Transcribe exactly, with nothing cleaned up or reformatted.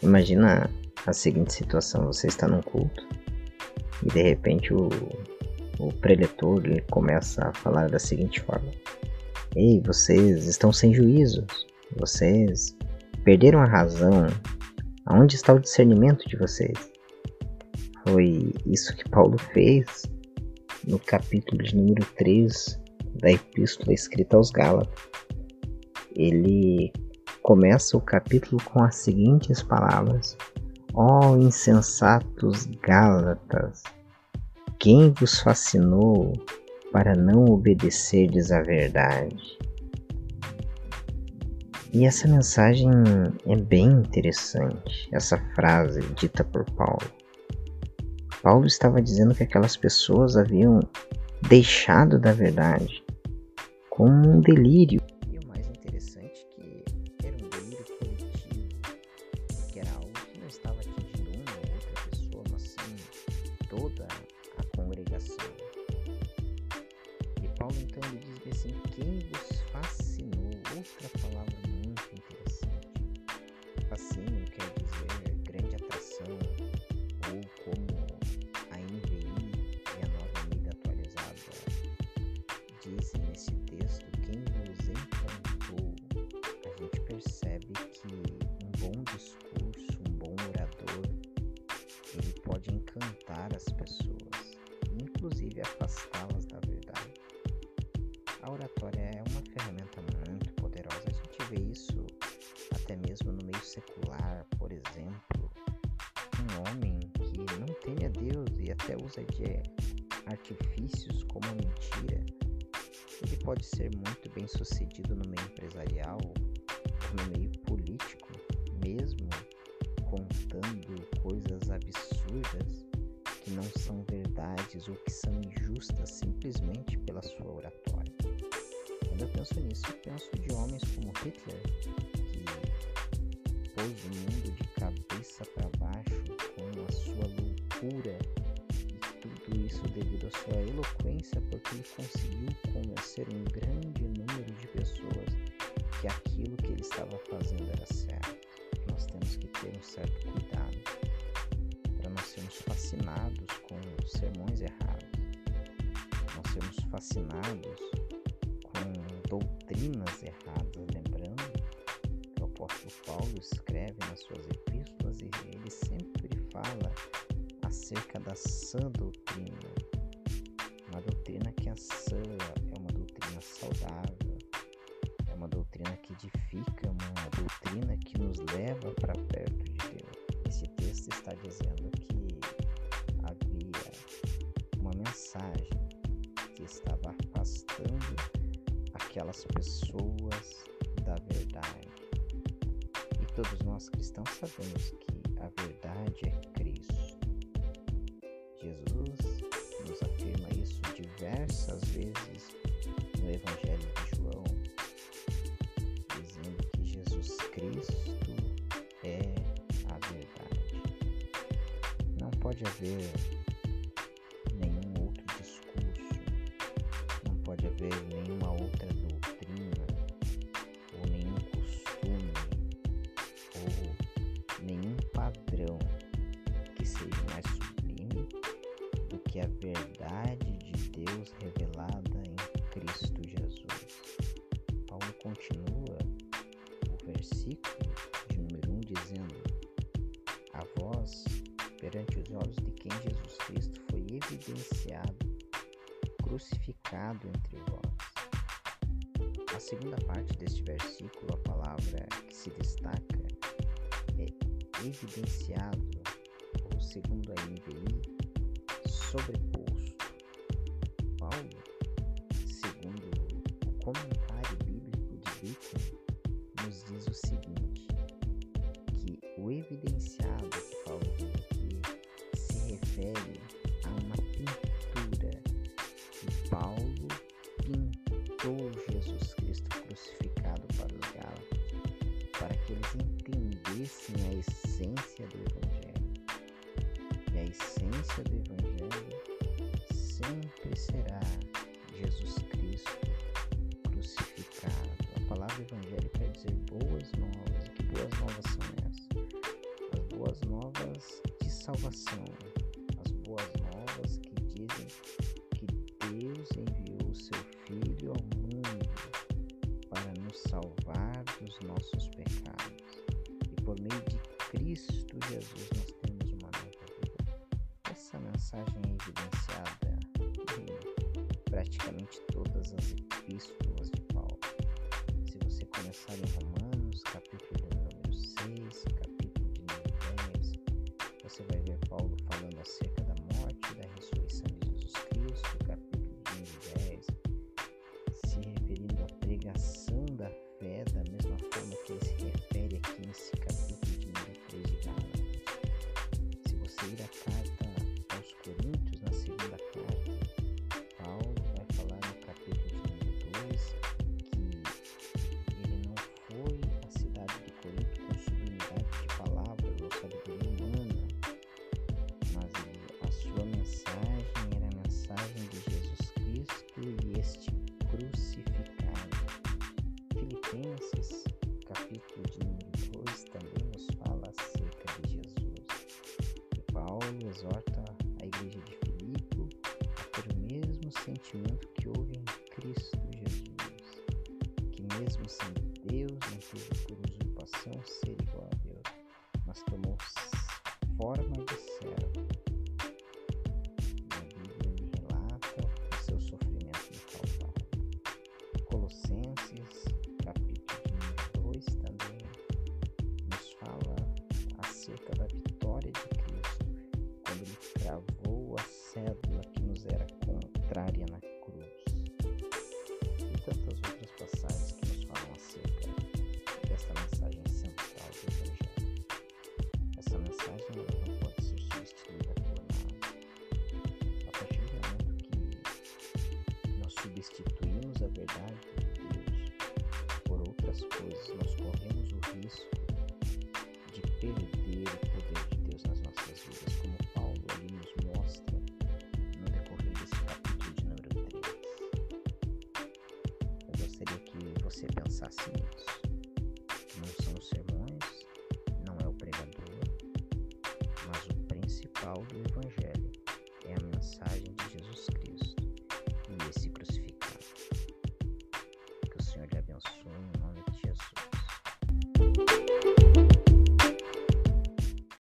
Imagina a seguinte situação: você está num culto e de repente o, o preletor ele começa a falar da seguinte forma: ei, vocês estão sem juízos, vocês perderam a razão, aonde está o discernimento de vocês? Foi isso que Paulo fez no capítulo de número três da epístola escrita aos Gálatas. Ele começa o capítulo com as seguintes palavras: ó oh, insensatos Gálatas, quem vos fascinou para não obedecerdes à verdade? E essa mensagem é bem interessante, essa frase dita por Paulo. Paulo estava dizendo que aquelas pessoas haviam deixado da verdade como um delírio. E o mais interessante é que era um delírio coletivo, que era algo que não estava atingindo uma ou outra pessoa, mas sim toda a congregação. E Paulo então ele diz assim: quem vos fascinou? Outra palavra muito interessante. Fascínio quer dizer grande atração, ou como a N V I e a Nova Almeida Atualizada dizem nesse texto, quem vos encantou. A gente percebe que um bom discurso, um bom orador, ele pode encantar as pessoas, inclusive afastá-las da verdade. A oratória é uma ferramenta muito poderosa. A gente vê isso até mesmo no meio secular. Por exemplo, um homem que não teme a Deus e até usa de artifícios como a mentira, ele pode ser muito bem sucedido no meio empresarial ou no meio político, mesmo contando coisas absurdas que não são verdades ou que são injustas simplesmente pela sua oratória. Quando eu penso nisso, eu penso de homens como Hitler, que pôs o mundo de cabeça para baixo com a sua loucura, e tudo isso devido à sua eloquência, porque ele conseguiu convencer um grande número de pessoas que aquilo que ele estava fazendo era certo. Nós temos que ter um certo cuidado para não sermos fascinados com sermões errados, não sermos fascinados com doutrinas erradas. Lembrando que o apóstolo Paulo escreve nas suas epístolas e ele sempre fala acerca da sã doutrina, uma doutrina que é sã, é uma doutrina saudável, é uma doutrina que edifica, uma doutrina que nos leva para perto de Deus. Esse texto está dizendo que havia uma mensagem que estava afastando aquelas pessoas da verdade. E todos nós cristãos sabemos que a verdade é Cristo. Jesus nos afirma isso diversas vezes no Evangelho de João, dizendo que Jesus Cristo é a verdade. Não pode haver nenhum outro discurso, não pode haver nenhuma outra doutrina, ou nenhum costume, ou nenhum padrão que seja mais sublime do que a verdade de Deus revelada em Cristo Jesus. Paulo continua o versículo de número um dizendo: a vós, perante os olhos de quem Jesus Cristo foi evidenciado, crucificado entre vós. A segunda parte deste versículo, a palavra que se destaca é evidenciado, ou segundo a N V I, sobreposto. Paulo, segundo o comentário bíblico de Bacon, nos diz o seguinte, que o evidenciado que Paulo diz aqui se refere a uma pintura que Paulo pintou Jesus Cristo crucificado para os Gálatas, para que eles entendessem a essência do Evangelho. E a essência do Evangelho sempre será Jesus Cristo crucificado. A palavra Evangelho quer dizer boas novas. E que boas novas são essas? As salvação, as boas novas que dizem que Deus enviou o seu Filho ao mundo para nos salvar dos nossos pecados. E por meio de Cristo Jesus nós temos uma nova vida. Essa mensagem é evidenciada em praticamente todas as epístolas de Paulo. Se você começar em Romanos, capítulo de número seis, capítulo de número dez, você vai ver Paulo falando acerca da morte e da ressurreição de Jesus Cristo, capítulo de número dez, se referindo à pregação da fé, da mesma forma que ele se refere aqui nesse capítulo de número três de Gálatas. Se você ir à carta aos Coríntios, na segunda carta, Paulo vai falar no capítulo de número dois que ele não foi à cidade de Corinto com sublimidade de palavras ou sabedoria humana, mas ele, a sua mensagem era a mensagem de Jesus Cristo e este crucificado. Filipenses, capítulo de número dois, também nos fala acerca de Jesus. E Paulo exorta a igreja de Filipe a ter o mesmo sentimento que houve em Cristo Jesus, que mesmo sendo Deus, não teve por usurpação ser igual a Deus, mas tomou forma de servo. E a Bíblia ele relata o seu sofrimento no Calvário. Colossenses, capítulo de número dois, também nos fala acerca da vitória de Cristo, quando ele cravou a cédula que nos era contrária na cruz. E tantas outras passagens que nos falam acerca desta mensagem central do Evangelho. Essa mensagem ela não pode ser substituída por nada. A partir do momento que nós substituímos a verdade de Deus por outras coisas, nós corremos o risco de perder o poder de Deus nas nossas vidas, como Paulo ali nos mostra no decorrer desse capítulo de número três. Eu gostaria que você pensasse nisso. Não são os sermões, não é o pregador, mas o principal do